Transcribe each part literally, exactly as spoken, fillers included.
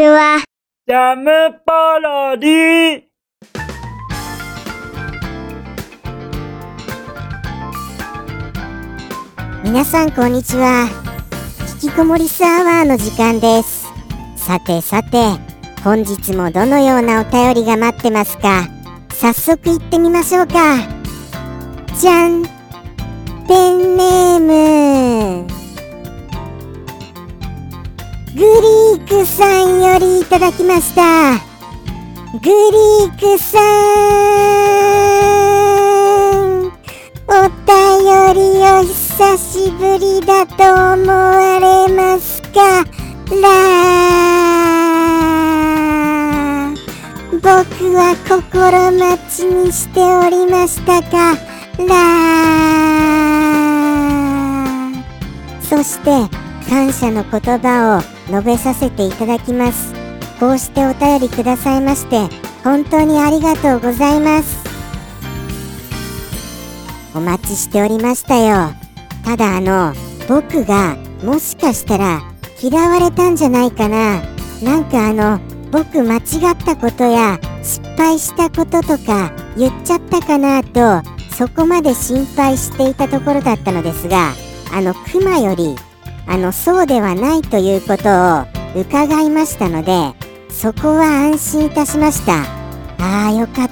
ちは。 ジャムパロディ。 皆さんこんにちは。引きこもりスアワーの時間です。さてさて、本日もどのようなお便りが待ってますか。早速行ってみましょうか。じゃん。ペンネームグリークさんよりいただきました。グリークさん、お便りお久しぶりだと思われますか。ラー僕は心待ちにしておりましたか。ラーそして感謝の言葉を述べさせていただきます。こうしてお便りくださいまして本当にありがとうございます。お待ちしておりましたよ。ただあの僕がもしかしたら嫌われたんじゃないかな。なんかあの僕間違ったことや失敗したこととか言っちゃったかなと、そこまで心配していたところだったのですが、あのクマよりあのそうではないということを伺いましたので、そこは安心いたしました。ああよかった、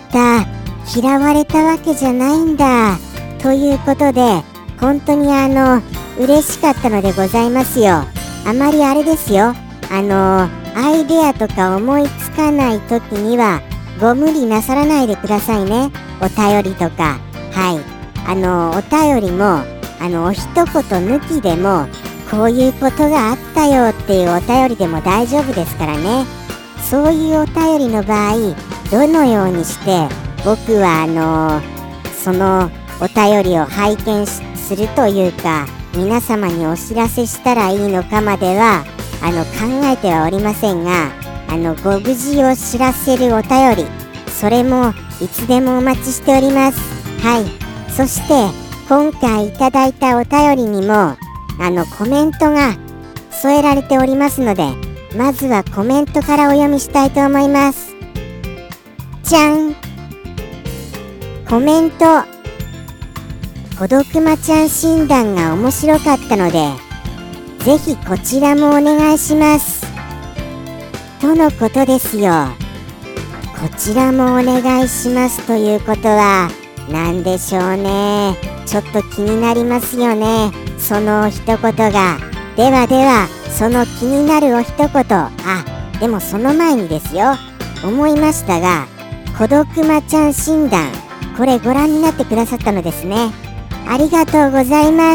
嫌われたわけじゃないんだということで、本当にあの嬉しかったのでございますよ。あまりあれですよ、あのアイデアとか思いつかない時にはご無理なさらないでくださいね。お便りとか、はい、あのお便りもあのお一言抜きでもこういうことがあったよっていうお便りでも大丈夫ですからね。そういうお便りの場合、どのようにして僕はあのそのお便りを拝見するというか、皆様にお知らせしたらいいのかまではあの考えてはおりませんが、あのご無事を知らせるお便り、それもいつでもお待ちしております。はい。そして今回いただいたお便りにもあのコメントが添えられておりますので、まずはコメントからお読みしたいと思います。じゃん。コメント。孤独魔ちゃん診断が面白かったのでぜひこちらもお願いしますとのことですよ。こちらもお願いしますということは何でしょうね。ちょっと気になりますよね、その一言が。ではではその気になるお一言、あ、でもその前にですよ、思いましたが、孤独魔ちゃん診断、これご覧になってくださったのですね。ありがとうございます。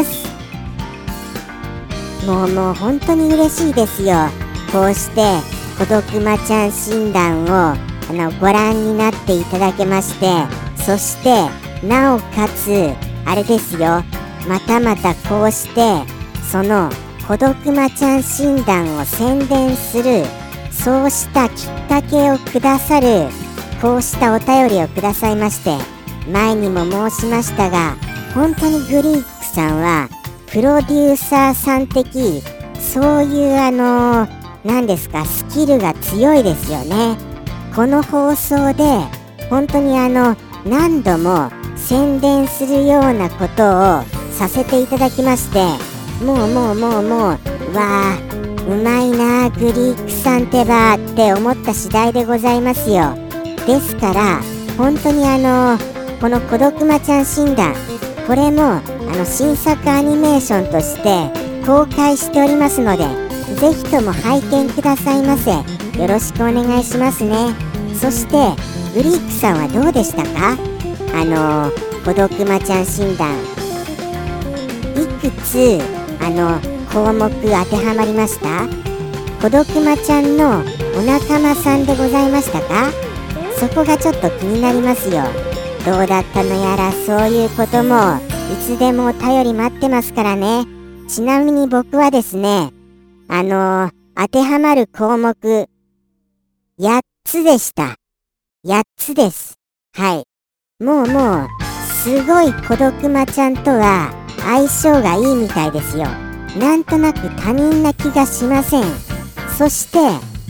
もうもう本当に嬉しいですよ。こうして孤独魔ちゃん診断をあのご覧になっていただけまして、そしてなおかつあれですよ、またまたこうしてその孤独魔ちゃん診断を宣伝する、そうしたきっかけをくださる、こうしたお便りをくださいまして、前にも申しましたが、本当にグリークさんはプロデューサーさん的、そういうあの何ですか、スキルが強いですよね。この放送で本当にあの何度も宣伝するようなことをさせていただきまして、もうもうもうもうわあうまいなグリークさんってばって思った次第でございますよ。ですから本当にあのこの孤独魔ちゃん診断、これもあの新作アニメーションとして公開しておりますので、ぜひとも拝見くださいませ。よろしくお願いしますね。そしてグリークさんはどうでしたか。あの孤独魔ちゃん診断、いくつあの項目当てはまりました？孤独魔ちゃんのお仲間さんでございましたか？そこがちょっと気になりますよ。どうだったのやら、そういうこともいつでもお便り待ってますからね。ちなみに僕はですね、あのー、当てはまる項目やっつでした。やっつです。はい。もうもうすごい孤独魔ちゃんとは相性がいいみたいですよ。なんとなく他人な気がしません。そして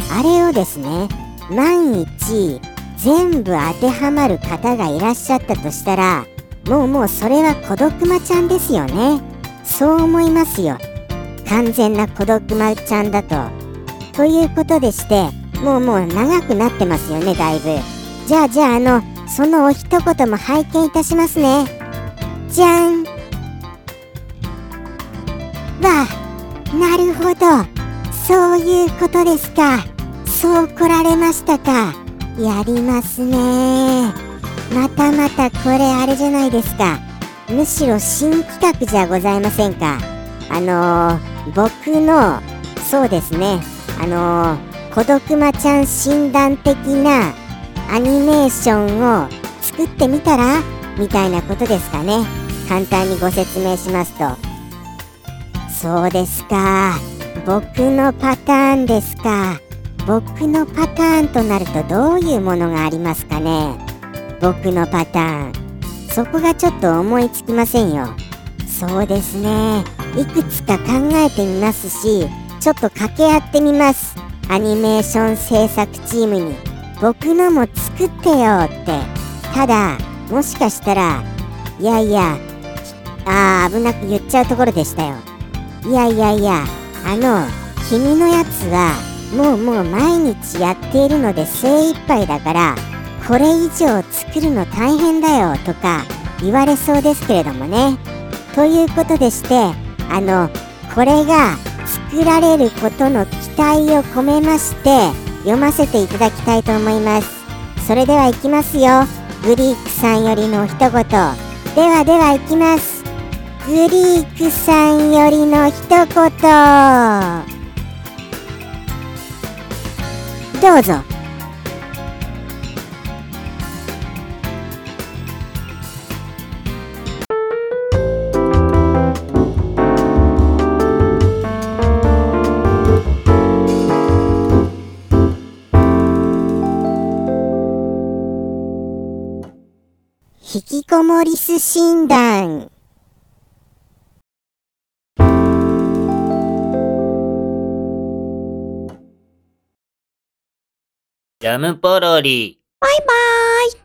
あれをですね、万一全部当てはまる方がいらっしゃったとしたら、もうもうそれは孤独魔ちゃんですよね。そう思いますよ。完全な孤独魔ちゃんだと。ということでして、もうもう長くなってますよね、だいぶ。じゃあじゃああの、そのお一言も拝見いたしますね。じゃん。わあ、なるほど。そういうことですか。そう来られましたか。やりますね。またまたこれあれじゃないですか。むしろ新企画じゃございませんか。あのー、僕の、そうですね。あのー、孤独魔ちゃん診断的なアニメーションを作ってみたらみたいなことですかね。簡単にご説明しますと。そうですか。僕のパターンですか。僕のパターンとなるとどういうものがありますかね。僕のパターン。そこがちょっと思いつきませんよ。そうですね。いくつか考えてみますし、ちょっと掛け合ってみます。アニメーション制作チームに。僕のも作ってよって。ただ、もしかしたら、いやいや、あー危なく言っちゃうところでしたよ。いやいやいや、あの、君のやつは、もうもう毎日やっているので精一杯だから、これ以上作るの大変だよとか言われそうですけれどもね。ということでして、あの、これが作られることの期待を込めまして、読ませていただきたいと思います。それではいきますよ。グリークさんよりのお一言。ではではいきます。グリークさんよりの一言。どうぞ。引きこもりす診断。 ジャムポロリ。 バイバーイ。